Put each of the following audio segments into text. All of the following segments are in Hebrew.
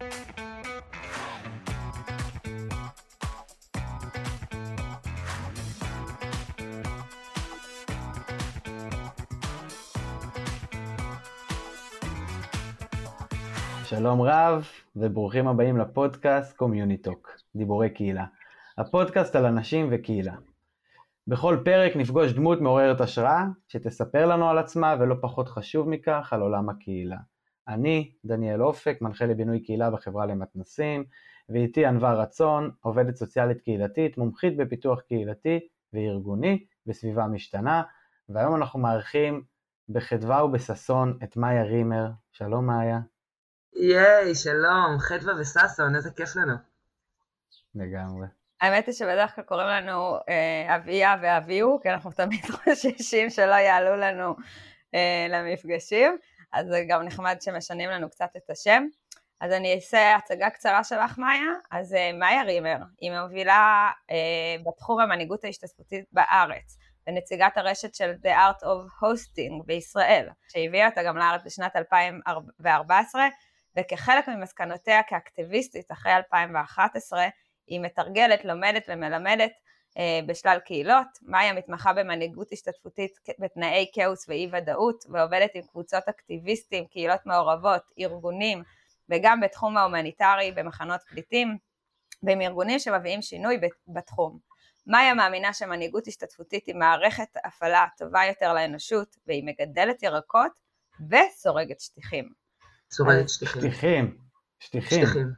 שלום רב וברוכים הבאים לפודקאסט קומיוניטוק, דיבורי קהילה. הפודקאסט על אנשים וקהילה. בכל פרק נפגוש דמות מעוררת השראה שתספר לנו על עצמה ולא פחות חשוב מכך על עולם הקהילה. אני דניאל אופק, מנחה לבינוי קהילה בחברה למתנסים, ואיתי ענווה רצון, עובדת סוציאלית קהילתית, מומחית בפיתוח קהילתי וארגוני בסביבה משתנה, והיום אנחנו מארחים בחדווה ובששון את מאיה רימר. שלום מאיה. ייי, שלום, חדווה וששון, איזה כיף לנו. לגמרי. האמת היא שבדרך כלל קוראים לנו אביה ואביהו, כי אנחנו תמיד חוששים שלא יעלו לנו למפגשים, אז זה גם נחמד שמשנים לנו קצת את השם. אז אני אעשה הצגה קצרה שלך מאיה. אז מאיה רימר, היא מובילה בתחום המנהיגות ההשתתפותית בארץ, ונציגת הרשת של The Art of Hosting בישראל, שהביאה אותה גם לארץ בשנת 2014, וכחלק ממסקנותיה כאקטיביסטית אחרי 2011, היא מתרגלת, לומדת ומלמדת בשלל קהילות. מאיה מתמחה במנהיגות השתתפותית בתנאי כאוס ואי ודאות, ועובדת עם קבוצות אקטיביסטים, קהילות מעורבות, ארגונים, וגם בתחום ההומניטרי במחנות פליטים, ועם ארגונים שמביאים שינוי בתחום. מאיה מאמינה שמנהיגות השתתפותית היא מערכת הפעלה טובה יותר לאנושות, והיא מגדלת ירקות וסורגת שטיחים. סורגת שטיחים. שטיחים.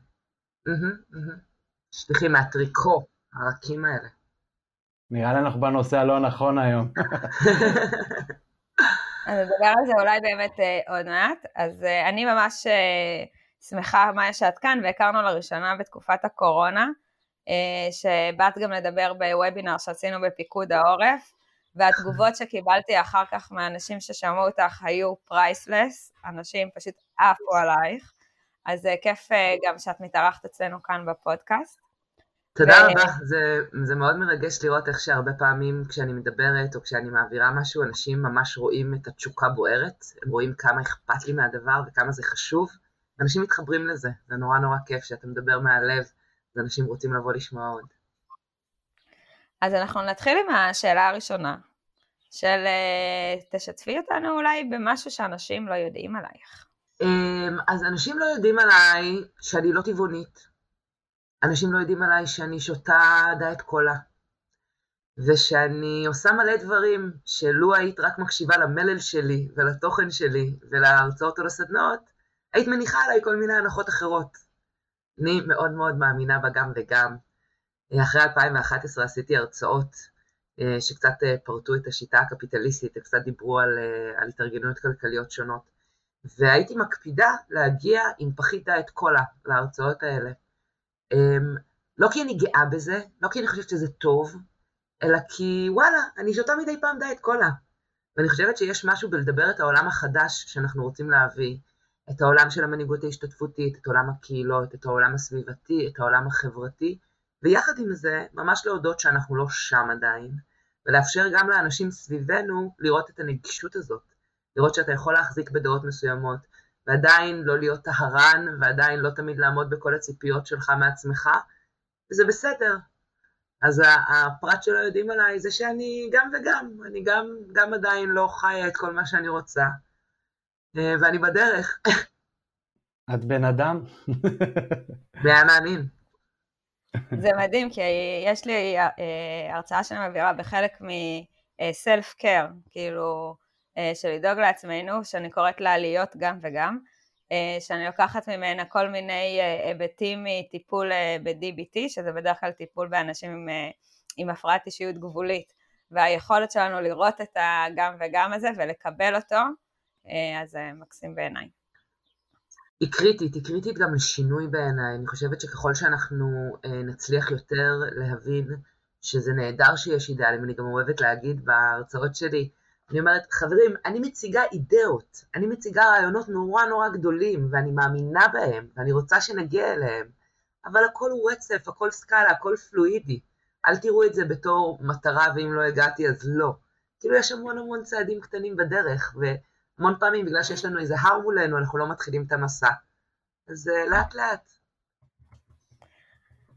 שטיחים מהטריקו, הרקים האלה. נראה לי אנחנו בנושא הלא נכון היום. אז נדבר על זה אולי באמת עוד מעט. אז אני ממש שמחה מאיה שאת כאן, והכרנו לראשונה בתקופת הקורונה, שבאת גם לדבר בוובינר שעשינו בפיקוד העורף, והתגובות שקיבלתי אחר כך מהאנשים ששמעו אותך היו פרייסלס, אנשים פשוט עפו עלייך, אז כיף גם שאת מתארחת אצלנו כאן בפודקאסט. תודה רבה, זה מאוד מרגש לראות איך שהרבה פעמים כשאני מדברת או כשאני מעבירה משהו, אנשים ממש רואים את התשוקה בוערת, הם רואים כמה אכפת לי מהדבר וכמה זה חשוב, אנשים מתחברים לזה, זה נורא נורא כיף שאתה מדבר מהלב, ואנשים רוצים לבוא לשמוע עוד. אז אנחנו נתחיל עם השאלה הראשונה, של תשתפי אותנו אולי במשהו שאנשים לא יודעים עלייך. אז אנשים לא יודעים עליי שאני לא טבעונית. אנשים לא יודעים עליי שאני שותה דיאט קולה. ושאני עושה מלא דברים שלו היית רק מקשיבה למלל שלי ולתוכן שלי ולהרצאות או לסדנאות, היית מניחה עליי כל מיני הנחות אחרות. אני מאוד מאוד מאמינה בגם וגם. אחרי 2011 עשיתי הרצאות שקצת פרטו את השיטה הקפיטליסטית, קצת דיברו על התארגנויות כלכליות שונות. והייתי מקפידה להגיע עם פחית דיאט קולה להרצאות האלה. לא כי אני גאה בזה, לא כי אני חושבת שזה טוב, אלא כי וואלה, אני שותה מדי פעם דיאט קולה. ואני חושבת שיש משהו בלדבר את העולם החדש שאנחנו רוצים להביא, את העולם של המנהיגות ההשתתפותית, את עולם הקהילות, את העולם הסביבתי, את העולם החברתי, ויחד עם זה ממש להודות שאנחנו לא שם עדיין, ולאפשר גם לאנשים סביבנו לראות את הנגישות הזאת, לראות שאתה יכול להחזיק בדעות מסוימות, ועדיין לא להיות טהרן, ועדיין לא תמיד לעמוד בכל הציפיות שלך מעצמך, וזה בסדר. אז הפרט שלא יודעים עליי זה שאני גם וגם, אני גם עדיין לא חיה את כל מה שאני רוצה, ואני בדרך. את בן אדם? והיה מאמין. זה מדהים, כי יש לי הרצאה שאני מעבירה בחלק מ-self-care, כאילו, של לדאוג לעצמנו, שאני קוראת לה להיות גם וגם, שאני לוקחת ממנה כל מיני היבטים מטיפול ב-DBT, שזה בדרך כלל טיפול באנשים עם הפרעת אישיות גבולית, והיכולת שלנו לראות את הגם וגם הזה ולקבל אותו, אז זה מקסים בעיניי. היא קריטית גם לשינוי בעיניי. אני חושבת שככל שאנחנו נצליח יותר להבין שזה נהדר שיש אידאלים, אני גם אוהבת להגיד בהרצאות שלי, אני אומרת, חברים, אני מציגה אידאות, אני מציגה רעיונות נורא נורא גדולים, ואני מאמינה בהם, ואני רוצה שנגיע אליהם, אבל הכל הוא רצף, הכל סקאלה, הכל פלואידי. אל תראו את זה בתור מטרה, ואם לא הגעתי אז לא. כאילו יש המון צעדים קטנים בדרך, והמון פעמים בגלל שיש לנו איזה הר מולנו, אנחנו לא מתחילים את המסע. אז לאט לאט,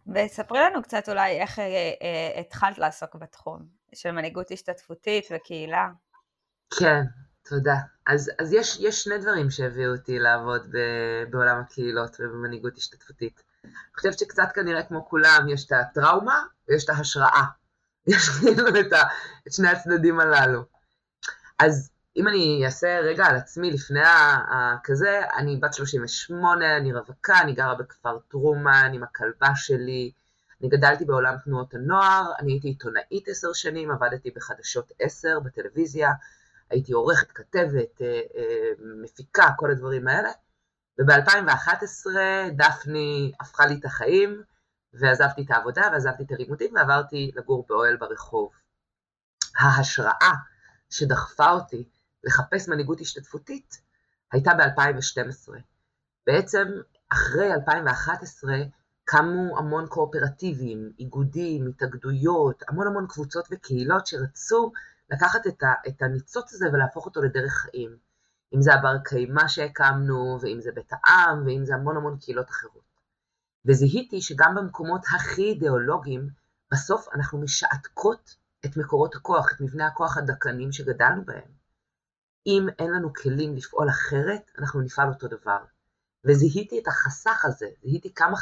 וספרי לנו קצת אולי איך התחלת לעסוק בתחום של מנהיגות השתתפותית וקהילה. כן, תודה. אז יש שני דברים שהביאו אותי לעבוד בעולם הקהילות ובמנהיגות השתתפותית. אני חושבת שקצת כנראה כמו כולם, יש את הטראומה ויש את ההשראה. יש כאילו את שני הצדדים הללו. אז אם אני אעשה רגע על עצמי לפני כזה, אני בת 38, אני רווקה, אני גרה בכפר טרומן עם הכלבה שלי, אני גדלתי בעולם תנועות הנוער, אני הייתי עיתונאית 10 שנים, עבדתי בחדשות 10 בטלוויזיה, הייתי עורכת, כתבת, מפיקה, כל הדברים האלה, וב-2011 דפני הפכה לי את החיים, ועזבתי את העבודה ועזבתי את הלימודים, ועברתי לגור באוהל ברחוב. ההשראה שדחפה אותי לחפש מנהיגות השתתפותית הייתה ב-2012. בעצם אחרי 2011 קמו המון קואופרטיבים, איגודים, התאגדויות, המון קבוצות וקהילות שרצו לקחת את הניצוץ הזה ולהפוך אותו לדרך חיים. אם זה הבר קיימא שהקמנו, ואם זה בית העם, ואם זה המון קהילות אחרות. וזיהיתי שגם במקומות הכי אידיאולוגיים, בסוף אנחנו משעתקות את מקורות הכוח, את מבנה הכוח הדקנים שגדלנו בהם. אם אין לנו כלים לפעול אחרת, אנחנו נפעל אותו דבר. וזיהיתי את החסך הזה, זיהיתי כמה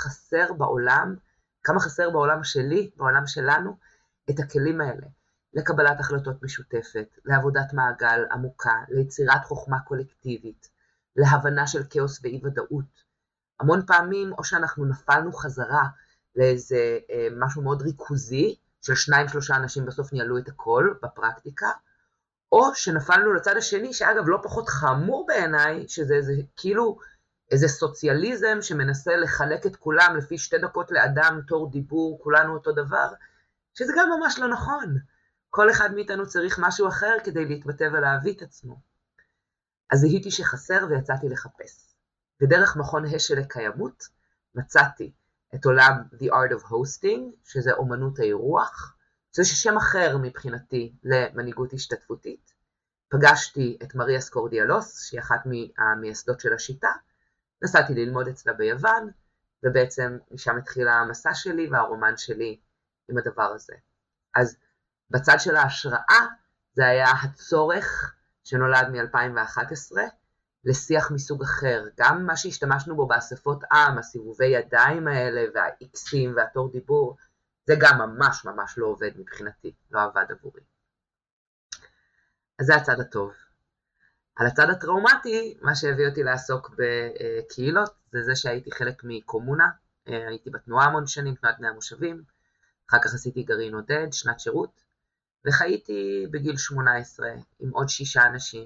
חסר בעולם שלי, בעולם שלנו, את הכלים האלה. לקבלת החלטות משותפת, לעבודת מעגל עמוקה, ליצירת חוכמה קולקטיבית, להבנה של כאוס ואי ודאות. המון פעמים, או שאנחנו נפלנו חזרה לאיזה משהו מאוד ריכוזי, של 2-3 אנשים בסוף ניהלו את הכל בפרקטיקה, או שנפלנו לצד השני, שאגב לא פחות חמור בעיניי, שזה כאילו איזה סוציאליזם שמנסה לחלק את כולם לפי 2 דקות לאדם, תור דיבור, כולנו אותו דבר, שזה גם ממש לא נכון. כל אחד מאיתנו צריך משהו אחר כדי להתבטא ולהביא את עצמו. אז זיהיתי שחסר ויצאתי לחפש. ודרך מכון השל לקיימות מצאתי את עולם The Art of Hosting, שזה אומנות האירוח, זה שם אחר מבחינתי למנהיגות השתתפותית. פגשתי את מריה סקורדיאלוס, שהיא אחת מהמייסדות של השיטה, נסעתי ללמוד אצלה ביוון, ובעצם משם התחילה המסע שלי והרומן שלי עם הדבר הזה. אז בצד של ההשראה, זה היה הצורך שנולד מ-2011, לשיח מסוג אחר. גם מה שהשתמשנו בו באספות עם, הסיבובי ידיים האלה, והאיקסים והתור דיבור, זה גם ממש לא עובד מבחינתי, לא עבד עבורי. אז זה הצד הטוב. על הצד הטראומטי, מה שהביא אותי לעסוק בקהילות, זה שהייתי חלק מקומונה, הייתי בתנועה המון שנים, תנועת בני המושבים, אחר כך עשיתי גרעין עודד, שנת שירות, וחייתי בגיל 18 עם עוד 6 אנשים,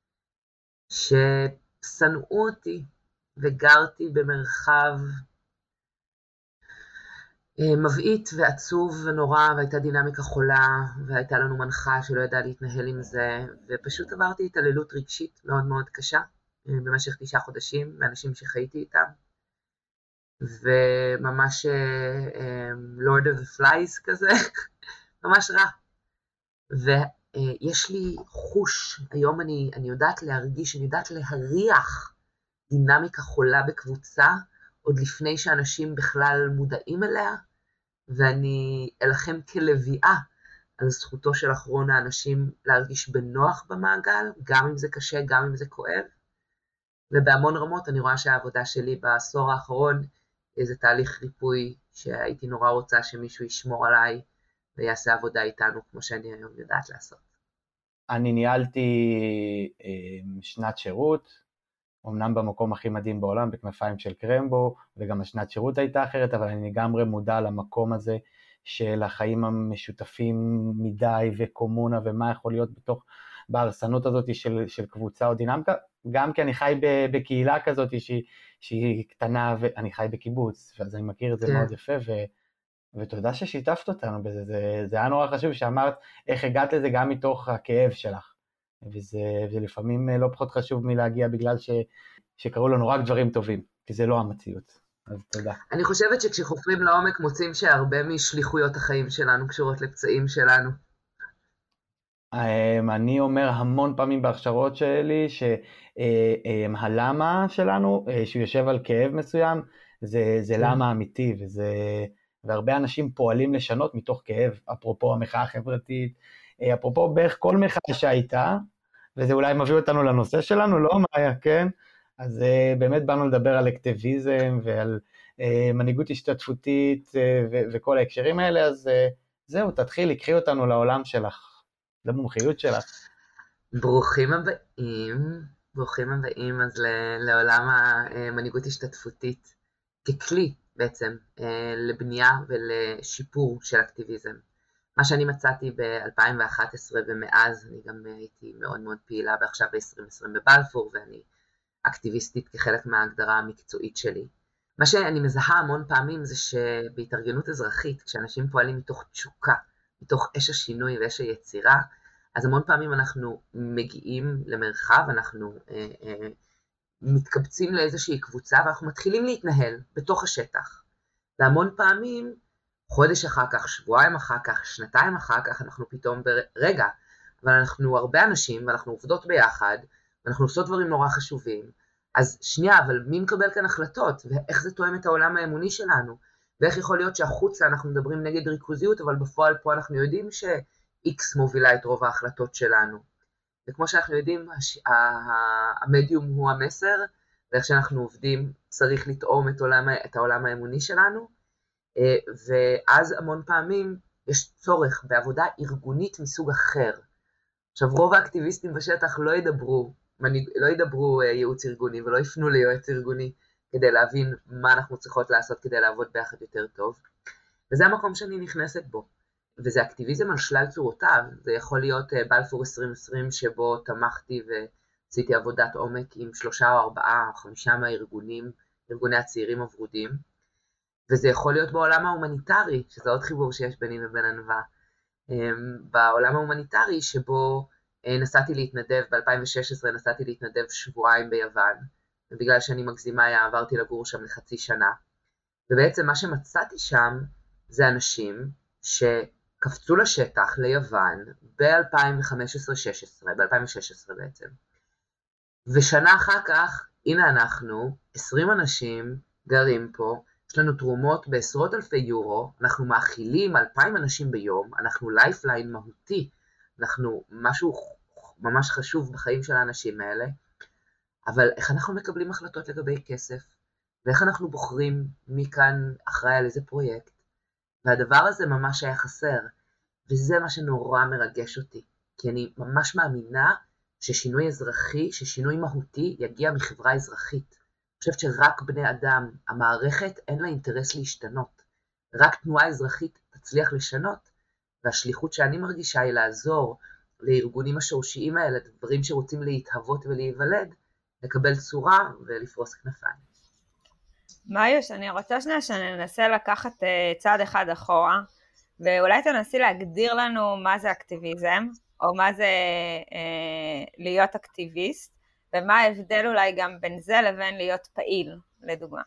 ששנאו אותי, וגרתי במרחב מבעית ועצוב ונורא, והייתה דינמיקה חולה, והייתה לנו מנחה שלא ידעה להתנהל עם זה, ופשוט עברתי התעללות רגשית מאוד קשה, במשך 9 חודשים, מאנשים שחייתי איתם, וממש Lord of the Flies כזה, ממש רע. ויש לי חוש, היום אני יודעת להרגיש, אני יודעת להריח דינמיקה חולה בקבוצה, עוד לפני שאנשים בכלל מודעים אליה, ואני אלחם כלביאה על זכותו של אחרון האנשים להרגיש בנוח במעגל, גם אם זה קשה, גם אם זה כואב. ובהמון רמות אני רואה שהעבודה שלי בעשור האחרון, איזה תהליך ריפוי שהייתי נורא רוצה שמישהו ישמור עליי, ויעשה עבודה איתנו כמו שאני היום יודעת לעשות. אני ניהלתי שנת שירות, אמנם במקום הכי מדהים בעולם, בכנפיים של קרמבו, וגם השנת שירות הייתה אחרת, אבל אני לגמרי מודע למקום הזה של החיים המשותפים מדי וקומונה, ומה יכול להיות בהרסנות הזאת של קבוצה או דינמיקה, גם כי אני חי בקהילה כזאת שהיא קטנה, ואני חי בקיבוץ, אז אני מכיר את זה מאוד יפה, ותודה ששיתפת אותנו בזה, זה היה נורא חשוב שאמרת איך הגעת לזה גם מתוך הכאב שלך. וזה לפעמים לא פחות חשוב מלהגיע בגלל שקראו לנו רק דברים טובים, כי זה לא המציאות. אז תודה. אני חושבת שכשחופרים לעומק מוצאים שהרבה משליחויות החיים שלנו קשורות לפצעים שלנו. אני אומר המון פעמים בהכשרות שלי שהלמה שלנו, שהוא יושב על כאב מסוים, זה למה אמיתי, והרבה אנשים פועלים לשנות מתוך כאב, אפרופו המחאה החברתית, אפרופו בערך כל מחאה שהייתה, וזה אולי מביא אותנו לנושא שלנו, לא מאיה, כן? אז באמת באנו לדבר על אקטיביזם ועל מנהיגות השתתפותית וכל ההקשרים האלה, אז זהו, תתחילי, קחי אותנו לעולם שלך, למומחיות שלך. ברוכים הבאים אז לעולם המנהיגות השתתפותית, ככלי בעצם לבנייה ולשיפור של אקטיביזם. מה שאני מצאתי ב-2011 ומאז, אני גם הייתי מאוד מאוד פעילה בעכשיו ב-2020 בבלפור, ואני אקטיביסטית כחלק מההגדרה המקצועית שלי. מה שאני מזהה המון פעמים זה שבהתארגנות אזרחית, כשאנשים פועלים מתוך תשוקה, מתוך אש השינוי ואש היצירה, אז המון פעמים אנחנו מגיעים למרחב, אנחנו מתקבצים לאיזושהי קבוצה, ואנחנו מתחילים להתנהל בתוך השטח. והמון פעמים, חודש אחר כך, שבועיים אחר כך, שנתיים אחר כך, אנחנו פתאום ברגע, אבל אנחנו הרבה אנשים, ואנחנו עובדות ביחד, ואנחנו עושות דברים נורא חשובים, אז שנייה, אבל מי מקבל כאן החלטות, ואיך זה תואם את העולם האמוני שלנו, ואיך יכול להיות שהחוצה אנחנו מדברים נגד ריכוזיות, אבל בפועל פה אנחנו יודעים ש-X מובילה את רוב ההחלטות שלנו. וכמו שאנחנו יודעים, המדיום הוא המסר, ואיך שאנחנו עובדים צריך לתאום את העולם האמוני שלנו, ואז המון פעמים יש צורך בעבודה ארגונית מסוג אחר. עכשיו, רוב האקטיביסטים בשטח לא ידברו ייעוץ ארגוני, ולא יפנו ליועץ ארגוני, כדי להבין מה אנחנו צריכות לעשות כדי לעבוד ביחד יותר טוב. וזה המקום שאני נכנסת בו. וזה אקטיביזם על שלל צורותיו, זה יכול להיות בלפור 2020 שבו תמכתי ועשיתי עבודת עומק עם 3 או 4 או 5 מהארגונים, ארגוני הצעירים הוורודים, וזה יכול להיות בעולם ההומניטרי, שזה עוד חיבור שיש ביני ובין ענווה, בעולם ההומניטרי שבו נסעתי להתנדב, ב-2016 נסעתי להתנדב שבועיים ביוון, ובגלל שאני מגזימה עברתי לגור שם לחצי שנה, ובעצם מה שמצאתי שם זה אנשים שקפצו לשטח ליוון ב-2015-16, ב-2016 בעצם. ושנה אחר כך, הנה אנחנו, 20 אנשים גרים פה, יש לנו תרומות בעשרות אלפי יורו, אנחנו מאכילים 2,000 אנשים ביום, אנחנו לייפליין מהותי, אנחנו משהו ממש חשוב בחיים של האנשים האלה, אבל איך אנחנו מקבלים החלטות לגבי כסף, ואיך אנחנו בוחרים מי כאן אחראי על איזה פרויקט, והדבר הזה ממש היה חסר, וזה מה שנורא מרגש אותי, כי אני ממש מאמינה ששינוי אזרחי, ששינוי מהותי יגיע מחברה אזרחית. אני חושבת שרק בני אדם, המערכת אין לה אינטרס להשתנות, רק תנועה אזרחית תצליח לשנות, והשליחות שאני מרגישה היא לעזור לארגונים השורשיים האלה, דברים שרוצים להתהוות ולהיוולד, לקבל צורה ולפרוס כנפיים. מאיוש, אני רוצה שננסה לקחת צעד אחד אחורה, ואולי תנסי להגדיר לנו מה זה אקטיביזם, או מה זה להיות אקטיביסט, ומה ההבדל אולי גם בין זה לבין להיות פעיל, לדוגמה.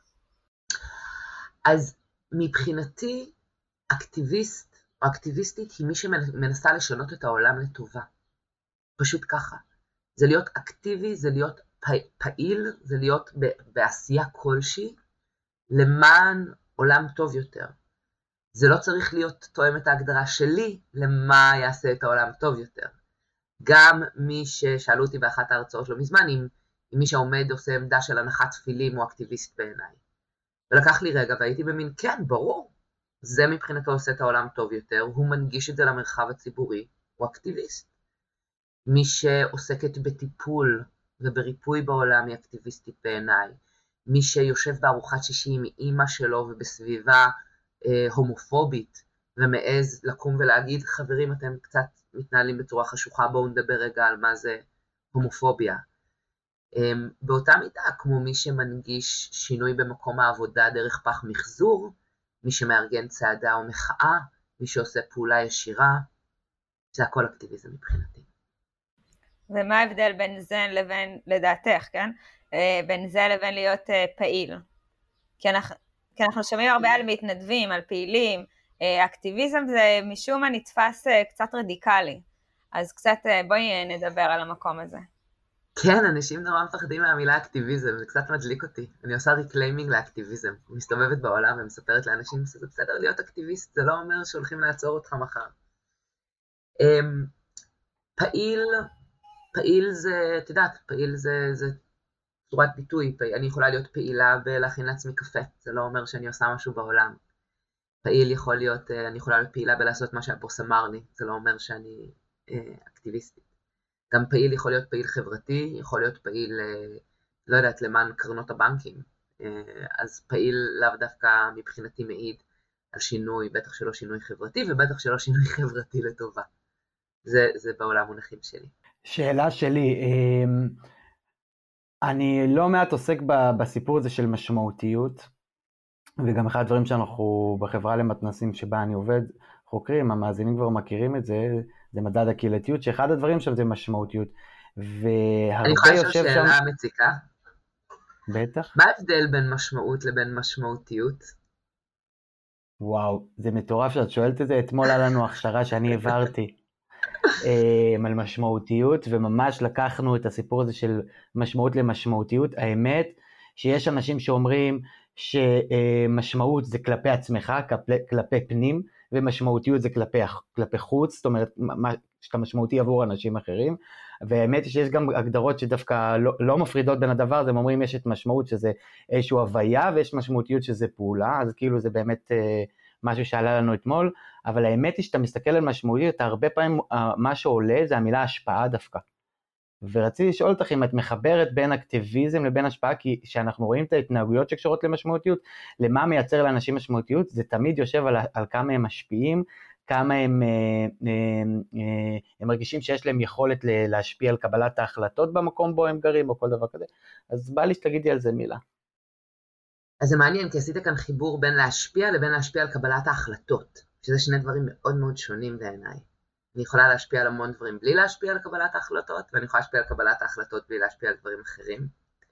אז מבחינתי, אקטיביסט או אקטיביסטית היא מי שמנסה לשנות את העולם לטובה. פשוט ככה. זה להיות אקטיבי, זה להיות פעיל, זה להיות בעשייה כלשהי, למען עולם טוב יותר. זה לא צריך להיות תואם את ההגדרה שלי למה יעשה את העולם טוב יותר. גם מי ששאלו אותי באחת ההרצאות לא מזמן, אם מי שעומד עושה עמדה של הנחת תפילים הוא אקטיביסט בעיניי. ולקח לי רגע והייתי במין, כן, ברור. זה מבחינתו עושה את העולם טוב יותר, הוא מנגיש את זה למרחב הציבורי, הוא אקטיביסט. מי שעוסקת בטיפול ובריפוי בעולם היא אקטיביסטית בעיניי. מי שיושב בארוחת שישי עם אמא שלו ובסביבה הומופובית, ומעז לקום ולהגיד, חברים, אתם קצת מתנהלים בצורה חשוכה, בואו נדבר רגע על מה זה הומופוביה. באותה מידה, כמו מי שמנגיש שינוי במקום העבודה דרך פח מחזור, מי שמארגן צעדה או מחאה, מי שעושה פעולה ישירה, זה הכל אקטיביזם מבחינתי. ומה ההבדל בין זה לבין, לדעתך, כן? בין זה לבין להיות פעיל? כי אנחנו שומעים הרבה על מתנדבים, על פעילים, אקטיביזם זה משום מה נתפס קצת רדיקלי, אז קצת בואי נדבר על המקום הזה. כן, אנשים נורא מפחדים מהמילה אקטיביזם, זה קצת מדליק אותי. אני עושה ריקליימינג לאקטיביזם. מסתובבת בעולם ומספרת לאנשים שזה בסדר להיות אקטיביסט, זה לא אומר שהולכים לעצור אותך מחר. פעיל זה, את יודעת, פעיל זה צורת ביטוי. אני יכולה להיות פעילה בלהכין לעצמי קפה, זה לא אומר שאני עושה משהו בעולם. פעיל יכול להיות, אני יכולה להיות פעילה בלעשות מה שהבוס אמר לי, זה לא אומר שאני אקטיביסטית. גם פעיל יכול להיות פעיל חברתי, יכול להיות פעיל, לא יודעת, למען קרנות הבנקים. אז פעיל לאו דווקא מבחינתי מעיד על שינוי, בטח שלא שינוי חברתי, ובטח שלא שינוי חברתי לטובה. זה בעולם המונחים שלי. שאלה שלי, אני לא מעט עוסק בסיפור הזה של משמעותיות, וגם אחד הדברים שאנחנו בחברה למתנסים שבה אני עובד, חוקרים, המאזינים כבר מכירים את זה, זה מדד הקהילתיות, שאחד הדברים שם זה משמעותיות. אני יכולה לשאול שאלה מציקה? בטח. מה ההבדל בין משמעות לבין משמעותיות? וואו, זה מטורף שאת שואלת את זה. אתמול היה לנו הכשרה שאני העברתי על משמעותיות, וממש לקחנו את הסיפור הזה של משמעות למשמעותיות. האמת שיש אנשים שאומרים שמשמעות זה כלפי עצמך, כלפי פנים, ומשמעותיות זה כלפי חוץ, זאת אומרת, שאתה משמעותי עבור אנשים אחרים, והאמת היא שיש גם הגדרות שדווקא לא מפרידות בין הדבר, אז הם אומרים יש את משמעות שזה איזשהו הוויה, ויש משמעותיות שזה פעולה, אז כאילו זה באמת משהו שעלה לנו אתמול, אבל האמת היא שאתה מסתכל על משמעותיות, הרבה פעמים מה שעולה זה המילה השפעה דווקא, ורציתי לשאול אותך אם את מחברת בין אקטיביזם לבין השפעה, כי כשאנחנו רואים את ההתנהגויות שקשורות למשמעותיות, למה מייצר לאנשים משמעותיות, זה תמיד יושב על כמה הם משפיעים, כמה הם מרגישים שיש להם יכולת להשפיע על קבלת ההחלטות במקום בו הם גרים, או כל דבר כזה. אז בא לי שתגידי על זה מילה. אז זה מעניין, כי עשית כאן חיבור בין להשפיע לבין להשפיע על קבלת ההחלטות, שזה שני דברים מאוד מאוד שונים בעיניי. אני יכולה להשפיע על המון דברים בלי להשפיע על קבלת ההחלטות, ואני יכולה להשפיע על קבלת ההחלטות בלי להשפיע על דברים אחרים.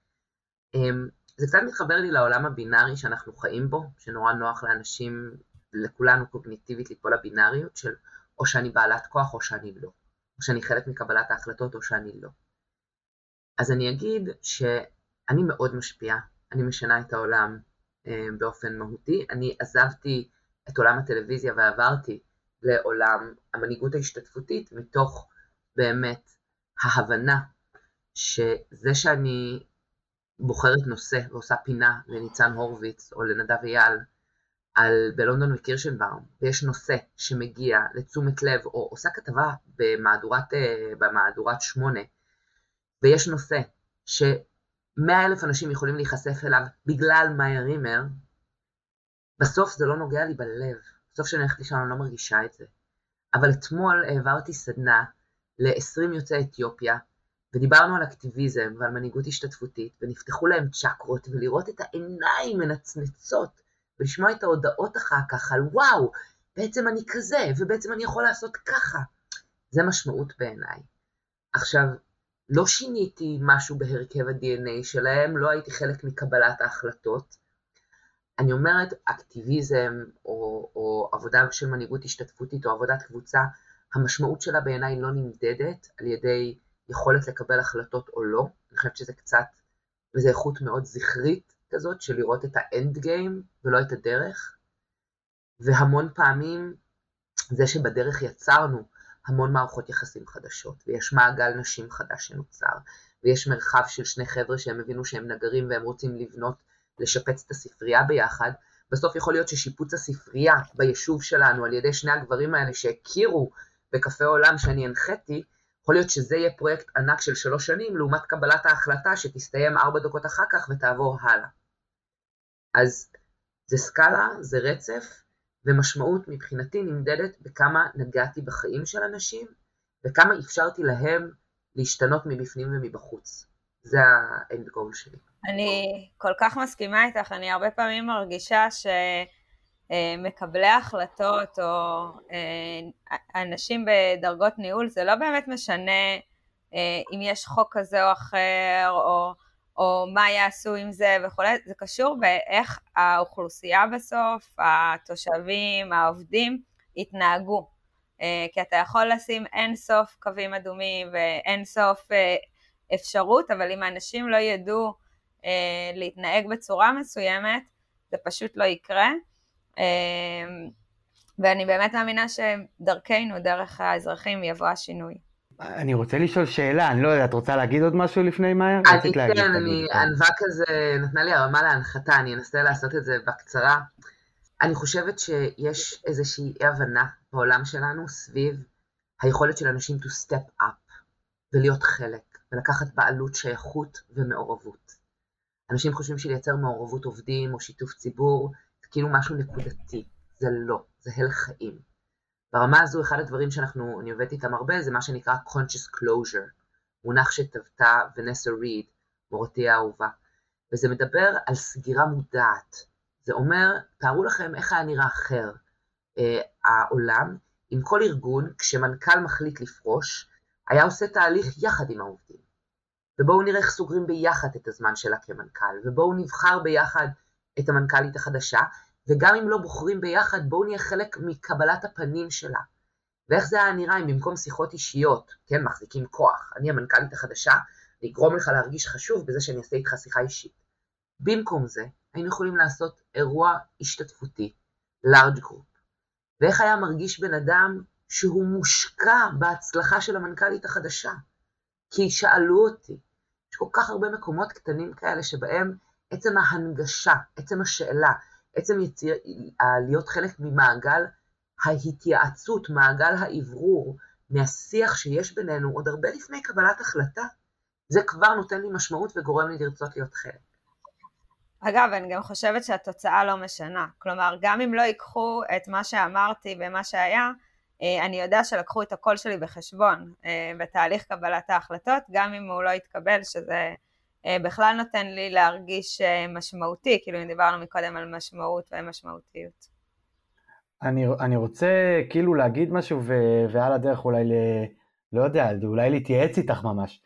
זה קצת מתחבר לי לעולם הבינארי שאנחנו חיים בו, שנורא נוח לאנשים, לכולנו קוגניטיבית ליפול לבינאריות של או שאני בעלת כוח או שאני לא, או שאני חלק מקבלת ההחלטות או שאני לא. אז אני אגיד שאני מאוד משפיעה, אני משנה את העולם באופן מהותי, אני עזבתי את עולם הטלוויזיה ועברתי לעולם המנהיגות ההשתתפותית, מתוך באמת ההבנה שזה שאני בוחרת נושא ועושה פינה לניצן הורוביץ או לנדב אייל בלונדון וקירשנבאום, ויש נושא שמגיע לתשומת לב, או עושה כתבה במהדורת 8, ויש נושא ש100,000 אנשים יכולים להיחשף אליו בגלל מאיה רימר, בסוף זה לא נוגע לי בלב. בסוף שאני הולכת לישון, אני לא מרגישה את זה. אבל אתמול העברתי סדנה ל20 יוצאי אתיופיה, ודיברנו על אקטיביזם ועל מנהיגות השתתפותית, ונפתחו להם צ'קרות, ולראות את העיניים מנצנצות, ולשמוע את ההודעות אחר כך על וואו, בעצם אני כזה, ובעצם אני יכול לעשות ככה. זה משמעות בעיניי. עכשיו, לא שיניתי משהו בהרכב ה-DNA שלהם, לא הייתי חלק מקבלת ההחלטות, אני אומרת, אקטיביזם או עבודה של מנהיגות השתתפותית או עבודת קבוצה, המשמעות שלה בעיניי לא נמדדת על ידי יכולת לקבל החלטות או לא. אני חושבת שזה קצת, וזו איכות מאוד זכרית כזאת, של לראות את האנד גיים ולא את הדרך. והמון פעמים זה שבדרך יצרנו המון מערכות יחסים חדשות, ויש מעגל נשים חדש שנוצר, ויש מרחב של שני חבר'ה שהם הבינו שהם נגרים והם רוצים לבנות, לשפץ את הספרייה ביחד. בסוף יכול להיות ששיפוץ הספרייה ביישוב שלנו על ידי שני הגברים האלה שהכירו בקפה עולם שאני הנחיתי, יכול להיות שזה יהיה פרויקט ענק של 3 שנים, לעומת קבלת ההחלטה שתסתיים 4 דקות אחר כך ותעבור הלאה. אז זה סקאלה, זה רצף, ומשמעות מבחינתי נמדדת בכמה נגעתי בחיים של אנשים, וכמה אפשרתי להם להשתנות מבפנים ומבחוץ. זה האנד גול שלי. אני כל כך מסכימה איתך, אני הרבה פעמים מרגישה שמקבלי החלטות או אנשים בדרגות ניהול, זה לא באמת משנה אם יש חוק כזה או אחר, או מה יעשו עם זה וכו', זה קשור באיך האוכלוסייה בסוף, התושבים, העובדים, התנהגו. כי אתה יכול לשים אין סוף קווים אדומים ואין סוף אפשרות, אבל אם האנשים לא ידעו להתנהג בצורה מסוימת, זה פשוט לא יקרה. ואני באמת מאמינה שדרכנו, דרך האזרחים, יבוא השינוי. אני רוצה לשאול שאלה, אני לא יודע, את רוצה להגיד עוד משהו לפני מאיה? אני ענווה כזה, נתנה לי הרמה להנחתה, אני אנסה לעשות את זה בקצרה. אני חושבת שיש איזושהי הבנה בעולם שלנו סביב היכולת של אנשים to step up ולהיות חלק, ולקחת בעלות, שייכות ומעורבות. אנשים חושבים שלייצר מעורבות עובדים או שיתוף ציבור, זה כאילו משהו נקודתי. זה לא, זה הלך חיים. ברמה הזו, אחד הדברים אני עובדת איתם הרבה, זה מה שנקרא conscious closure, מונח שטבתה ונסה ריד, מורתי האהובה. וזה מדבר על סגירה מודעת. זה אומר, תארו לכם איך היה נראה אחר העולם, עם כל ארגון, כשמנכ"ל מחליט לפרוש, היה עושה תהליך יחד עם העובדים. ובואו נראה איך סוגרים ביחד את הזמן שלה כמנכ"ל, ובואו נבחר ביחד את המנכ"לית החדשה, וגם אם לא בוחרים ביחד, בואו נהיה חלק מקבלת הפנים שלה. ואיך זה היה נראה אם במקום שיחות אישיות, כן, מחזיקים כוח, אני המנכ"לית החדשה, לגרום לך להרגיש חשוב בזה שאני אעשה איתך שיחה אישית. במקום זה, היינו יכולים לעשות אירוע השתתפותי, large group. ואיך היה מרגיש בן אדם שהוא מושקע בהצלחה של המנכ"לית החדשה? כי שאלו אותי, יש כל כך הרבה מקומות קטנים כאלה שבהם עצם ההנגשה, עצם השאלה, עצם להיות חלק ממעגל ההתייעצות, מעגל העברור, מהשיח שיש בינינו עוד הרבה לפני קבלת החלטה, זה כבר נותן לי משמעות וגורם לי לרצות להיות חלק. אגב, אני גם חושבת שהתוצאה לא משנה. כלומר, גם אם לא ייקחו את מה שאמרתי ומה שהיה, אני יודע שלקחו את הקול שלי בחשבון בתהליך קבלת ההחלטות, גם אם הוא לא יתקבל, שזה בכלל נותן לי להרגיש משמעותי, כאילו אם דיברנו מקודם על משמעות ומשמעותיות. אני רוצה כאילו להגיד משהו ועל הדרך אולי, לא יודע, אולי להתייעץ איתך ממש.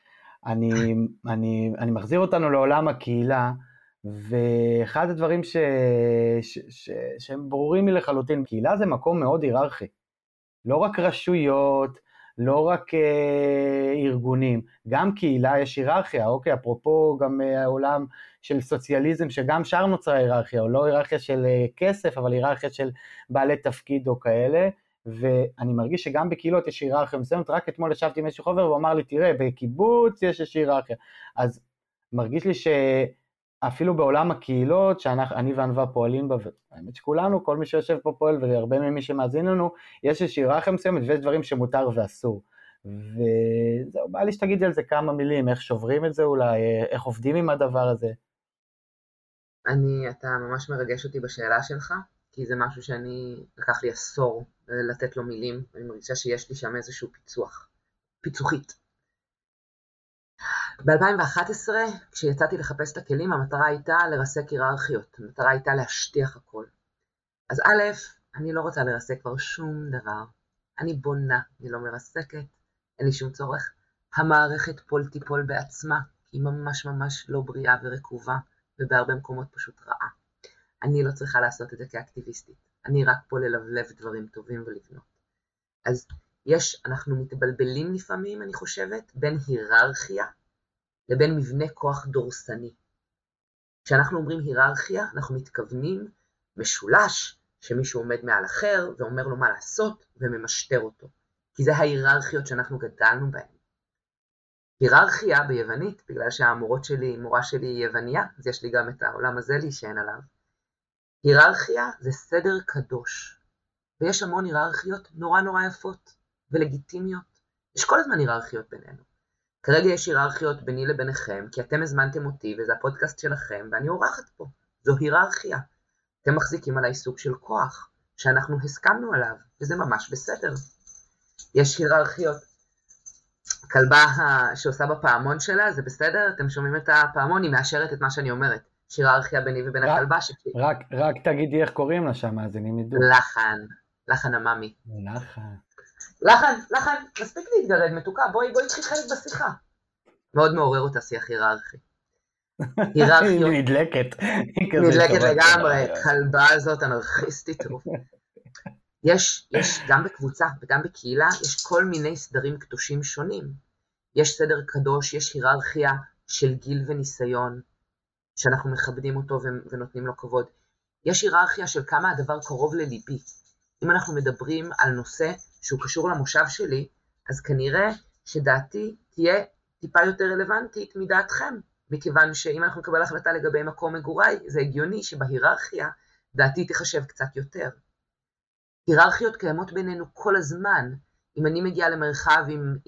אני מחזיר אותנו לעולם הקהילה, ואחד הדברים שהם ברורים לי לחלוטין, קהילה זה מקום מאוד היררכי. לא רק רשויות, לא רק ארגונים, גם קהילה יש היררכיה, אוקיי, אפרופו גם העולם של סוציאליזם, שגם שם נוצרה היררכיה, או לא היררכיה של כסף, אבל היררכיה של בעלי תפקיד או כאלה, ואני מרגיש שגם בקהילות יש היררכיה מסוימת, רק אתמול ישבתי עם איזשהו חבר, והוא אמר לי, תראה, בקיבוץ יש היררכיה, אז מרגיש לי אפילו בעולם הקהילות, שאני וענווה פועלים בה, האמת שכולנו, כל מי שיושב פה פועל, והרבה ממי שמאזין לנו, יש איזושהי היררכיה מסוימת, ויש דברים שמותר ואסור. וזהו, בא לי שתגידי על זה כמה מילים, איך שוברים את זה אולי, איך עובדים עם הדבר הזה. אתה ממש מרגש אותי בשאלה שלך, כי זה משהו שאני לקח לי עשור לתת לו מילים, אני מרגישה שיש לי שם איזשהו פיצוחית. ב-2011, כשיצאתי לחפש את הכלים, המטרה הייתה לרסק היררכיות, המטרה הייתה להשטיח הכל. אז א', אני לא רוצה לרסק כבר שום דבר. אני בונה, אני לא מרסקת, אין לי שום צורך. המערכת תיפול בעצמה, היא ממש ממש לא בריאה ורקובה, ובהרבה מקומות פשוט רעה. אני לא צריכה לעשות את זה כאקטיביסטית. אני רק פה ללבלב דברים טובים ולבנות. אז אנחנו מתבלבלים לפעמים, אני חושבת, בין היררכיה, לבין מבנה כוח דורסני. כשאנחנו אומרים היררכיה, אנחנו מתכוונים משולש, שמישהו עומד מעל אחר, ואומר לו מה לעשות, וממשטר אותו. כי זה ההיררכיות שאנחנו גדלנו בהן. היררכיה ביוונית, בגלל מורה שלי היא יווניה, אז יש לי גם את העולם הזה להישען עליו. היררכיה זה סדר קדוש. ויש המון היררכיות נורא נורא יפות, ולגיטימיות. יש כל הזמן היררכיות בינינו. כרגע יש היררכיות ביני לביניכם, כי אתם הזמנתם אותי, וזה הפודקאסט שלכם, ואני עורכת פה. זו היררכיה. אתם מחזיקים על העיסוק של כוח, שאנחנו הסכמנו עליו, וזה ממש בסדר. יש היררכיות. כלבה שעושה בפעמון שלה, זה בסדר? אתם שומעים את הפעמון, היא מאשרת את מה שאני אומרת. יש היררכיה ביני ובין הכלבה שלי. רק תגידי איך קוראים לה שם, אז אני מדוק. לחן הממי. לחן, מספיק להתגרד מתוקה, בואי תחי חלק בשיחה. מאוד מעורר אותה שיח היררכי. היא נדלקת. נדלקת לגמרי, כלבה הזאת אנרכיסטית. יש גם בקבוצה וגם בקהילה, יש כל מיני סדרים קדושים שונים. יש סדר קדוש, יש היררכיה של גיל וניסיון, שאנחנו מכבדים אותו ונותנים לו כבוד. יש היררכיה של כמה הדבר קרוב לליבי. אם אנחנו מדברים על נושא שהוא קשור למושב שלי, אז כנראה שדעתי תהיה טיפה יותר רלוונטית מדעתכם, מכיוון שאם אנחנו נקבל החלטה לגבי מקום מגוריי, זה הגיוני שבהיררכיה דעתי תחשב קצת יותר. היררכיות קיימות בינינו כל הזמן. אם אני מגיעה למרחב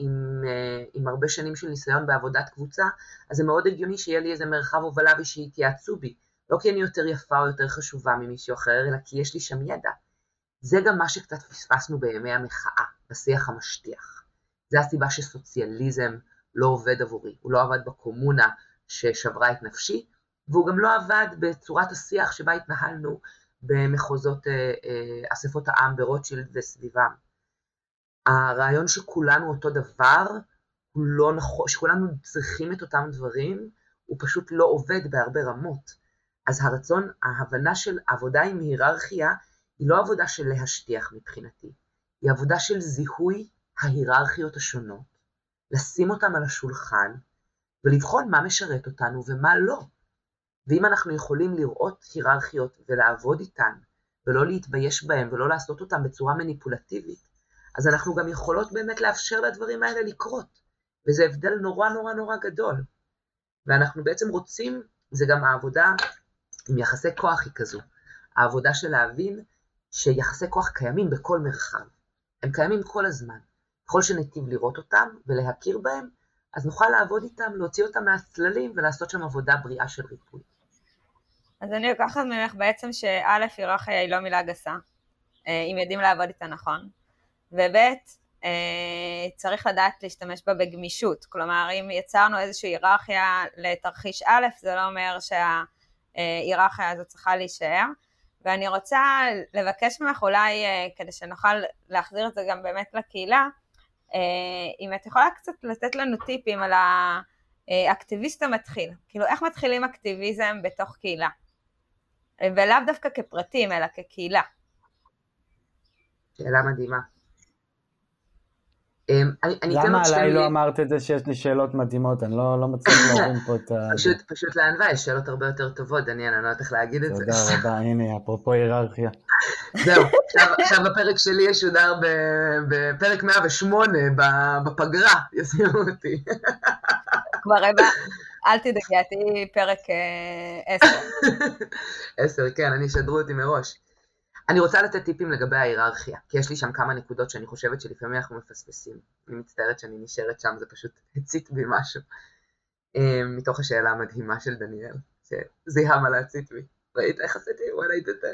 עם הרבה שנים של ניסיון בעבודת קבוצה, אז זה מאוד הגיוני שיהיה לי איזה מרחב הובלה ושיתייעצו בי. לא כי אני יותר יפה או יותר חשובה ממישהו אחר, אלא כי יש לי שם ידע. זה גם מה שקצת פספסנו בימי המחאה, בשיח המשטיח. זה הסיבה שסוציאליזם לא עובד עבורי. הוא לא עבד בקומונה ששברה את נפשי, והוא גם לא עבד בצורת השיח שבה התנהלנו במחוזות אספות העם ברוטשילד וסביבם. הרעיון שכולנו אותו דבר, הוא לא נכון, שכולנו צריכים את אותם דברים, הוא פשוט לא עובד בהרבה רמות. אז ההבנה של עבודה עם היררכיה, היא לא עבודה של להשטיח מבחינתי, היא עבודה של זיהוי ההיררכיות השונות, לשים אותם על השולחן, ולבחון מה משרת אותנו ומה לא. ואם אנחנו יכולים לראות היררכיות ולעבוד איתן, ולא להתבייש בהן ולא לעשות אותן בצורה מניפולטיבית, אז אנחנו גם יכולות באמת לאפשר לדברים האלה לקרות. וזה הבדל נורא נורא נורא גדול. ואנחנו בעצם רוצים, זה גם העבודה עם יחסי כוח היא כזו. העבודה של להבין שיחסי כוח קיימים בכל מרחב. הם קיימים כל הזמן. ככל שניטיב לראות אותם ולהכיר בהם, אז נוכל לעבוד איתם, להוציא אותם מהצללים ולעשות שם עבודה בריאה של ריפוי. אז אני לוקחת ממך בעצם שא' היררכיה היא לא מילה גסה, אם יודעים לעבוד איתה נכון, וב' צריך לדעת להשתמש בה בגמישות, כלומר אם יצרנו איזושהי היררכיה לתרחיש א', זה לא אומר שההיררכיה הזאת צריכה להישאר, ואני רוצה לבקש ממך אולי, כדי שנוכל להחזיר את זה גם באמת לקהילה, אם את יכולה קצת לתת לנו טיפים על האקטיביסט המתחיל, כאילו איך מתחילים אקטיביזם בתוך קהילה, ולאו דווקא כפרטים אלא כקהילה. שאלה מדהימה. למה עליי לא אמרת את זה שיש לי שאלות מדהימות? אני לא מצליח להבין פה את ה... פשוט לענווה, יש שאלות הרבה יותר טובות, דניאל, אני לא יודעת איך להגיד את זה. תודה רבה, הנה, אפרופו היררכיה. זהו, עכשיו הפרק שלי ישודר בפרק 108, בפגרה, ישימו אותי. כבר רבה, אל תדאגי, עתי פרק 10. 10, כן, אני שדרו אותי מראש. אני רוצה לתת טיפים לגבי ההיררכיה, כי יש לי שם כמה נקודות שאני חושבת שלפעמים אנחנו מפספסים. אני מצטערת שאני נשארת שם, זה פשוט הצית בי משהו. מתוך השאלה המדהימה של דניאל, שזיהה מה להצית בי. ראית איך עשיתי? וואלה, התתה.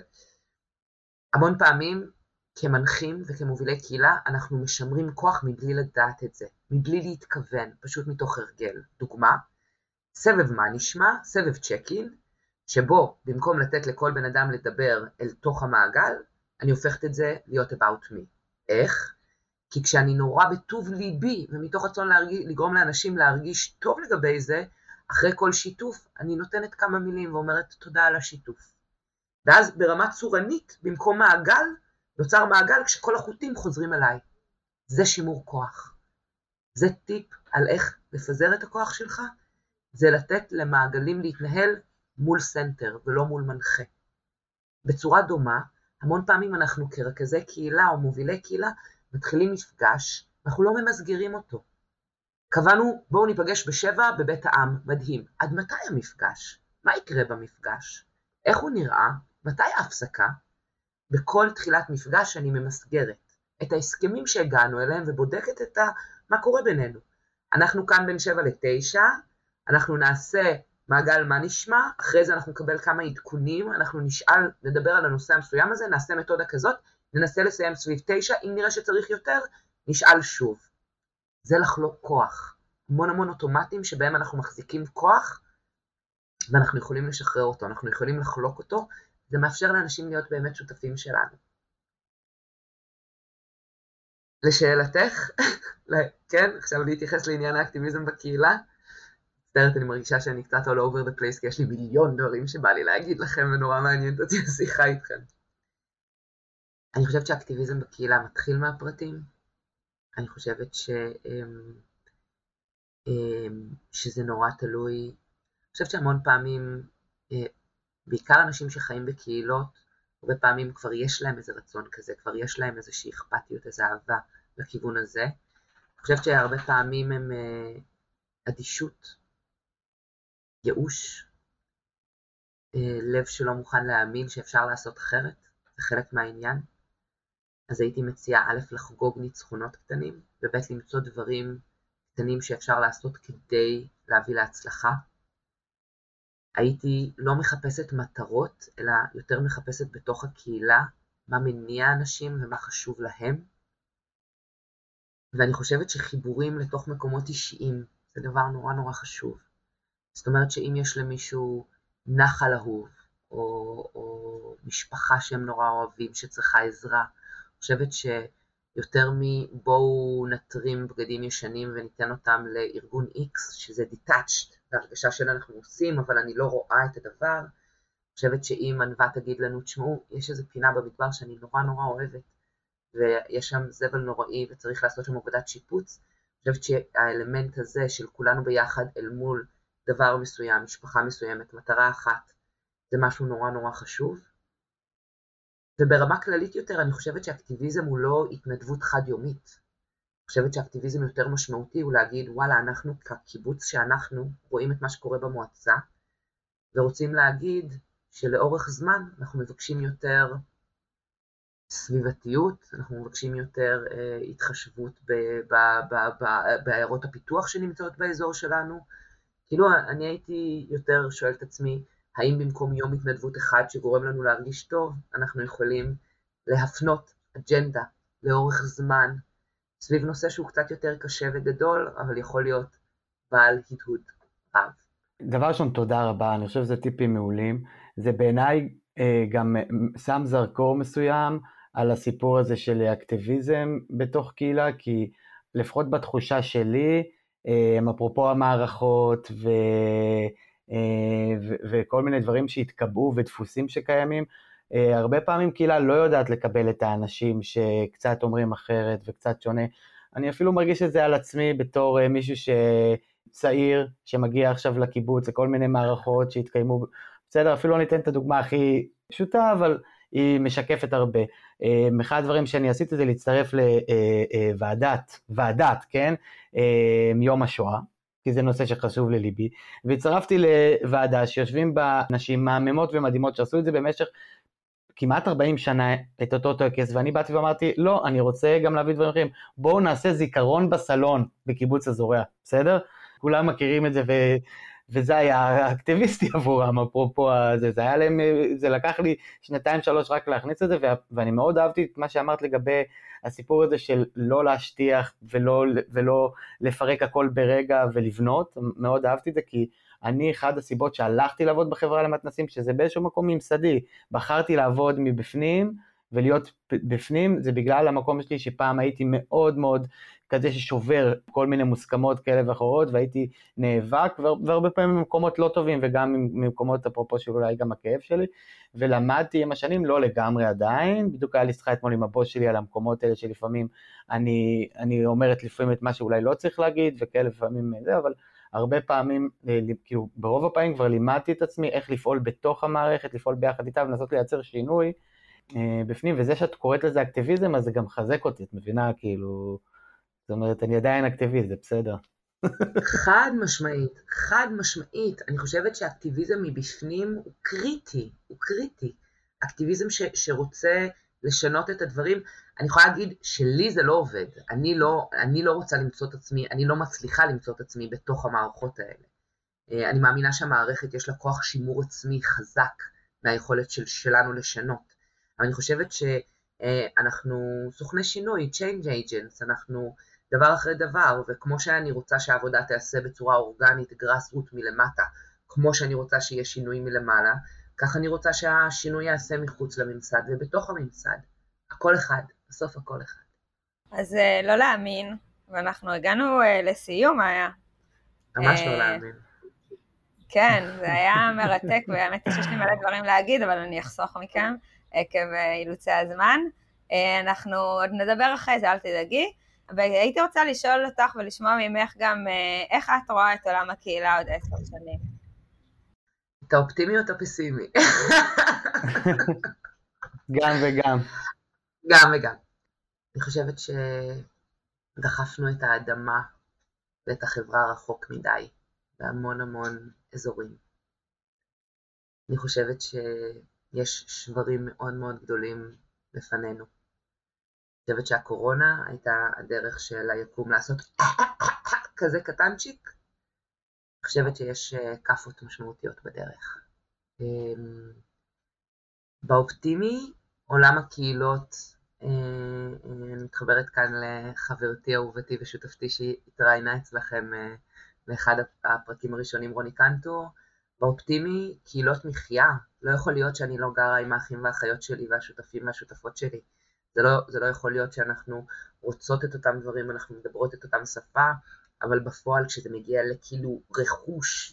המון פעמים, כמנחים וכמובילי קהילה, אנחנו משמרים כוח מבלי לדעת את זה, מבלי להתכוון, פשוט מתוך הרגל. דוגמה, סבב מה נשמע, סבב צ'קין, שבו במקום לתת לכל בן אדם לדבר אל תוך המעגל, אני הופכת את זה להיות about me. איך? כי כשאני נורא בטוב ליבי, ומתוך רצון לגרום לאנשים להרגיש טוב לגבי זה, אחרי כל שיתוף, אני נותנת כמה מילים ואומרת תודה על השיתוף. ואז ברמה צורנית, במקום מעגל, נוצר מעגל כשכל החוטים חוזרים אליי. זה שימור כוח. זה טיפ על איך לפזר את הכוח שלך, זה לתת למעגלים להתנהל מול סנטר ולא מול מנחה. בצורה דומה, המון פעמים אנחנו כרכזי קהילה או מובילי קהילה, מתחילים מפגש, אנחנו לא ממסגרים אותו. קבענו, בואו ניפגש ב7 בבית העם, מדהים. עד מתי המפגש? מה יקרה במפגש? איך הוא נראה? מתי ההפסקה? בכל תחילת מפגש אני ממסגרת את ההסכמים שהגענו אליהם ובודקת את מה קורה בינינו. אנחנו כאן בין 7 ל-9, אנחנו נעשה מעגל מה נשמע, אחרי זה אנחנו נקבל כמה עדכונים, אנחנו נדבר על הנושא המסוים הזה, נעשה מתודה כזאת, ננסה לסיים סביב 9, אם נראה שצריך יותר, נשאל שוב. זה לחלוק כוח. המון אוטומטים שבהם אנחנו מחזיקים כוח, ואנחנו יכולים לשחרר אותו, אנחנו יכולים לחלוק אותו, זה מאפשר לאנשים להיות באמת שותפים שלנו. לשאלתך, כן, עכשיו להתייחס לעניין האקטיביזם בקהילה, מצטערת, אני מרגישה שאני קצת all over the place, כי יש לי מיליון דברים שבא לי להגיד לכם, ונורא מעניינת אותי השיחה איתכם. אני חושבת שהאקטיביזם בקהילה מתחיל מהפרטים, אני חושבת שזה נורא תלוי. אני חושבת שהמון פעמים, בעיקר אנשים שחיים בקהילות, הרבה פעמים כבר יש להם איזה רצון כזה, כבר יש להם איזושהי אכפתיות, איזו אהבה לכיוון הזה. אני חושבת שהרבה פעמים הם אדישות, ייאוש, לב שלא מוכן להאמין שאפשר לעשות אחרת, זה חלק מהעניין. אז הייתי מציעה א' לחגוג ניצחונות קטנים, וב' למצוא דברים קטנים שאפשר לעשות כדי להביא להצלחה. הייתי לא מחפשת מטרות, אלא יותר מחפשת בתוך הקהילה מה מניע אנשים ומה חשוב להם. ואני חושבת שחיבורים לתוך מקומות אישיים זה דבר נורא נורא חשוב. זאת אומרת שאם יש למישהו נחל אהוב, או משפחה שהם נורא אוהבים שצריכה עזרה, אני חושבת שיותר מבואו נטרים בגדים ישנים וניתן אותם לארגון X, שזה detached, והרגשה של אנחנו עושים, אבל אני לא רואה את הדבר. אני חושבת שאם ענווה תגיד לנו, תשמעו, יש איזו פינה במדבר שאני נורא נורא אוהבת, ויש שם זבל נוראי וצריך לעשות שם עבודת שיפוץ, אני חושבת שהאלמנט הזה של כולנו ביחד אל מול דבר מסוים, משפחה מסוימת, מטרה אחת, זה משהו נורא נורא חשוב. וברמה כללית יותר, אני חושבת שאקטיביזם הוא לא התנדבות חד-יומית. אני חושבת שאקטיביזם יותר משמעותי הוא להגיד, וואלה, אנחנו כקיבוץ שאנחנו רואים את מה שקורה במועצה, ורוצים להגיד שלאורך זמן אנחנו מבקשים יותר סביבתיות, אנחנו מבקשים יותר התחשבות בעיירות הפיתוח שנמצאות באזור שלנו. כאילו אני הייתי יותר שואל את עצמי, האם במקום יום התנדבות אחד שגורם לנו להרגיש טוב, אנחנו יכולים להפנות אג'נדה לאורך זמן, סביב נושא שהוא קצת יותר קשה וגדול, אבל יכול להיות בעל הדהוד רב. דבר ראשון, תודה רבה, אני חושב שזה טיפים מעולים, זה בעיניי גם שם זרקור מסוים על הסיפור הזה של אקטיביזם בתוך קהילה, כי לפחות בתחושה שלי, אפרופו המערכות וכל מיני דברים שהתקבעו ודפוסים שקיימים, הרבה פעמים קהילה לא יודעת לקבל את האנשים שקצת אומרים אחרת וקצת שונה. אני אפילו מרגיש את זה על עצמי בתור מישהו שצעיר שמגיע עכשיו לקיבוץ, לכל מיני מערכות שהתקיימו, בסדר, אפילו לא ניתן את הדוגמה הכי פשוטה, אבל היא משקפת הרבה. אחד הדברים שאני עשיתי זה להצטרף לוועדת, כן? יום השואה, כי זה נושא שחשוב לליבי, והצטרפתי לוועדה שיושבים בה נשים מהממות ומדהימות שעשו את זה במשך כמעט 40 שנה את אותו טקס, ואני באתי ואמרתי, לא, אני רוצה גם להביא דברים אחרים, בואו נעשה זיכרון בסלון בקיבוץ הזורע, בסדר? כולם מכירים את זה, וזה היה אקטיביסטי עבורם, אפרופו זה היה להם, זה לקח לי 2-3 רק להכניס את זה, ואני מאוד אהבתי את מה שאמרת לגבי הסיפור הזה של לא להשטיח, ולא לפרק הכל ברגע ולבנות, מאוד אהבתי את זה, כי אני אחד הסיבות שהלכתי לעבוד בחברה למתנסים, שזה באיזשהו מקום ממסדי, בחרתי לעבוד מבפנים, ולהיות בפנים, זה בגלל המקום שלי שפעם הייתי מאוד מאוד כזה ששובר כל מיני מוסכמות כאלה ואחרות, והייתי נאבק, והרבה פעמים ממקומות לא טובים, וגם ממקומות אפרופו שאולי גם הכאב שלי, ולמדתי עם השנים, לא לגמרי עדיין, בדיוק היה לי שיחה אתמול עם הבוס שלי על המקומות האלה שלפעמים אני אומרת לפעמים את מה שאולי לא צריך להגיד, וכאלה לפעמים זה, אבל הרבה פעמים, כאילו ברוב הפעמים כבר לימדתי את עצמי איך לפעול בתוך המערכת, לפעול ביחד איתה ולנסות לייצר שינוי בפנים, וזה שאת קוראת לזה אקטיביזם, אז זה גם חזק אותי, את מבינה, כאילו, זאת אומרת, אני עדיין אקטיביסט, זה בסדר. חד משמעית, אני חושבת שאקטיביזם מבפנים הוא קריטי, אקטיביזם שרוצה לשנות את הדברים. אני יכולה להגיד שלי זה לא עובד, אני לא רוצה למצוא את עצמי, אני לא מצליחה למצוא את עצמי בתוך המערכות האלה. אני מאמינה שהמערכת יש לה כוח שימור עצמי חזק מהיכולת שלנו לשנות. אבל אני חושבת שאנחנו סוכני שינוי, change agents, אנחנו דבר אחרי דבר, וכמו שאני רוצה שהעבודה תעשה בצורה אורגנית, grassroot מלמטה, כמו שאני רוצה שיהיה שינוי מלמעלה, כך אני רוצה שהשינוי יעשה מחוץ לממסד ובתוך הממסד. הכל אחד, בסוף הכל אחד. אז לא להאמין, ואנחנו הגענו לסיום, היה. ממש לא להאמין. כן, זה היה מרתק, והאמת שיש לי מלא דברים להגיד, אבל אני אחסוך מכם עקב אילוצי הזמן. אנחנו עוד נדבר אחרי זה, אל תדאגי. והייתי רוצה לשאול אותך ולשמוע ממך גם איך את רואה את עולם הקהילה עוד 10 שנים. אתה אופטימי או אתה פסימי? גם וגם. גם וגם. אני חושבת שדחפנו את האדמה ואת החברה רחוק מדי, בהמון המון אזורים. אני חושבת שיש שברים מאוד מאוד גדולים לפנינו. אני חושבת שהקורונה הייתה הדרך של היקום לעשות כזה קטנצ'יק. אני חושבת שיש קפות משמעותיות בדרך. באופטימי, עולם הקהילות, אני מתחברת כאן לחברתי אהובתי ושותפתי שהתראיינה אצלכם לאחד הפרקים הראשונים, רוני קנטור. באופטימי, קהילות מחיה. לא יכול להיות שאני לא גרה עם האחים והאחיות שלי והשותפים והשותפות שלי. זה לא יכול להיות שאנחנו רוצות את אותם דברים, אנחנו מדברות את אותם שפה, אבל בפועל כשזה מגיע לכאילו רכוש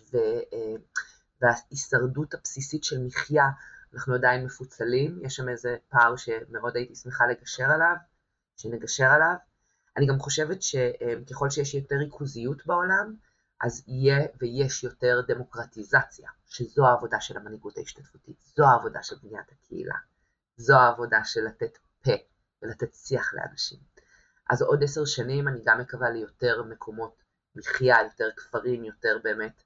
וההישרדות הבסיסית של מחיה, אנחנו עדיין מפוצלים. יש שם איזה פער שמאוד הייתי שמחה שנגשר עליו. אני גם חושבת שככל שיש יותר ריכוזיות בעולם, אז יהיה ויש יותר דמוקרטיזציה, שזו העבודה של המנהיגות ההשתתפותית, זו העבודה של בניית הקהילה, זו העבודה של לתת פה ולתת שיח לאנשים. אז עוד 10 שנים אני גם מקווה ליותר מקומות מחיה, יותר כפרים, יותר באמת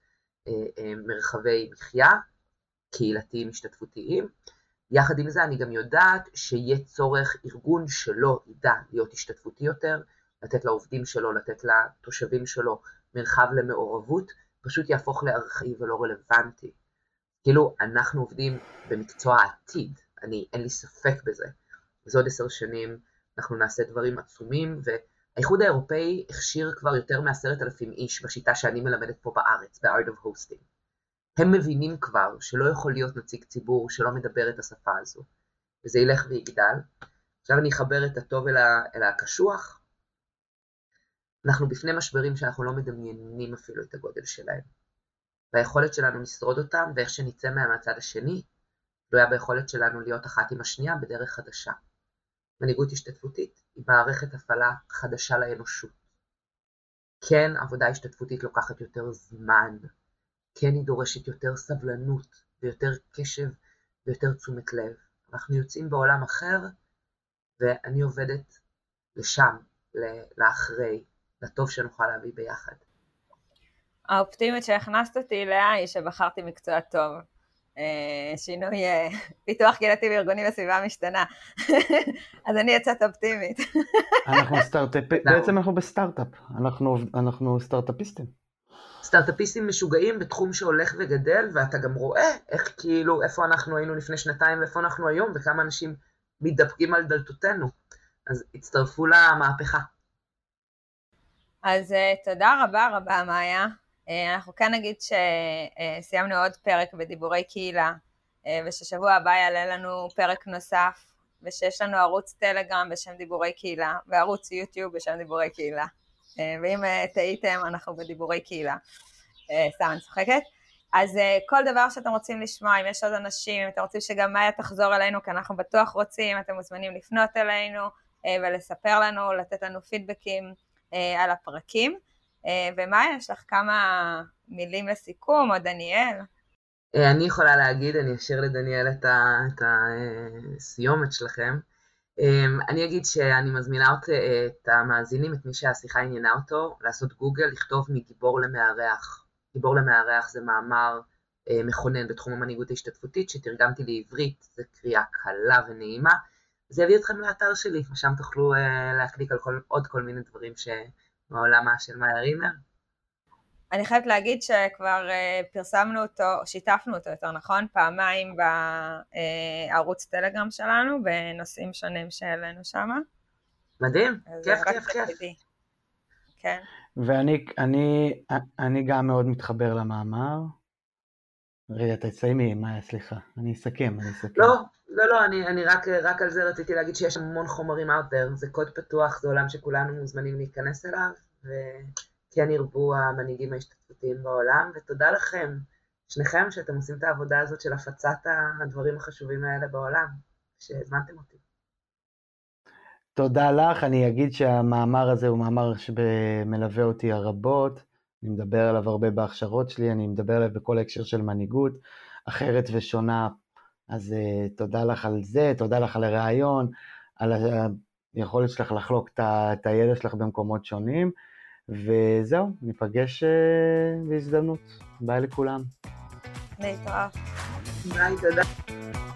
מרחבי מחיה, קהילתיים, השתתפותיים. יחד עם זה אני גם יודעת שיהיה צורך ארגון שלו ידע להיות השתתפותי יותר, לתת לעובדים שלו, לתת לתושבים שלו מרחב למעורבות, פשוט יהפוך לארכאי ולא רלוונטי. כאילו אנחנו עובדים במקצוע העתיד, אין לי ספק בזה. אז עוד 10 שנים אנחנו נעשה דברים עצומים, והאיחוד האירופאי הכשיר כבר יותר מ10,000 איש בשיטה שאני מלמדת פה בארץ, ב-Art of Hosting. הם מבינים כבר שלא יכול להיות נציג ציבור שלא מדבר את השפה הזו, וזה ילך ויגדל. עכשיו אני אחבר את הטוב אל הקשוח. אנחנו בפני משברים שאנחנו לא מדמיינים אפילו את הגודל שלהם, והיכולת שלנו לשרוד אותם ואיך שנצא מהצד השני, לא היה ביכולת שלנו להיות אחת עם השנייה בדרך חדשה. מנהיגות השתתפותית היא מערכת הפעלה חדשה לאנושות. כן, עבודה השתתפותית לוקחת יותר זמן, כן היא דורשת יותר סבלנות ויותר קשב ויותר תשומת לב. אנחנו יוצאים בעולם אחר, ואני עובדת לשם, לאחרי, לטוב שנוכל להביא ביחד. האופטימית שהכנסת אותי אליה היא שבחרתי מקצוע טוב. שינוי, פיתוח קהילתי וארגוני בסביבה משתנה. אז אני יצאת אופטימית. בעצם אנחנו בסטארט-אפ, אנחנו סטארט-אפיסטים. סטארט-אפיסטים משוגעים בתחום שהולך וגדל, ואתה גם רואה איך כאילו, איפה אנחנו היינו לפני 2 ואיפה אנחנו היום, וכמה אנשים מתדפקים על דלתותינו. אז הצטרפו למהפכה. אז תודה רבה מאיה. אנחנו כאן נגיד שסיימנו עוד פרק בדיבורי קהילה, וששבוע הבא יעלה לנו פרק נוסף, ושיש לנו ערוץ טלגרם בשם דיבורי קהילה, וערוץ יוטיוב בשם דיבורי קהילה. ואם טעיתם, אנחנו בדיבורי קהילה. סתם אני צוחקת. אז כל דבר שאתם רוצים לשמוע, אם יש עוד אנשים, אם אתם רוצים שגם מאיה תחזור אלינו, כי אנחנו בטוח רוצים, אתם מוזמנים לפנות אלינו, ולספר לנו, לתת לנו פידבקים על הפרקים. ומאיה, יש לך כמה מילים לסיכום, או דניאל? אני יכולה להגיד, אני אשאיר לדניאל את הסיומת שלכם. אני אגיד שאני מזמינה את המאזינים, את מי שהשיחה עניינה אותו, לעשות גוגל, לכתוב מגיבור למארח. גיבור למארח זה מאמר מכונן בתחום המנהיגות ההשתתפותית, שתרגמתי לעברית, זה קריאה קלה ונעימה. זה יביא אתכם לאתר שלי, ושם תוכלו להקליק על עוד כל מיני דברים מהעולמה של מאיה רימר. אני חייבת להגיד שכבר פרסמנו אותו, שיתפנו אותו יותר נכון, פעמיים בערוץ טלגרם שלנו, בנושאים שונים שהעלינו שם. מדהים, כיף. כן. ואני גם מאוד מתחבר למאמר. רגע, תסיימי, מאיה, סליחה. אני אסכם. לא, אני רק על זה רציתי להגיד שיש המון חומרים out there, זה קוד פתוח, זה עולם שכולנו מוזמנים להיכנס אליו, וכן ירבו המנהיגים ההשתתפותיים בעולם, ותודה לכם, שניכם, שאתם עושים את העבודה הזאת של הפצת הדברים החשובים האלה בעולם, שהזמנתם אותי. תודה לך, אני אגיד שהמאמר הזה הוא מאמר שמלווה אותי הרבות, אני מדבר עליו הרבה בהכשרות שלי, אני מדבר עליו בכל הקשר של מנהיגות, אחרת ושונה, אז תודה לך על זה, תודה לך על הרעיון, על היכולת שלך לחלוק את הידע שלך במקומות שונים, וזהו, ניפגש בהזדמנות, ביי לכולם. להתראות. ביי, תודה.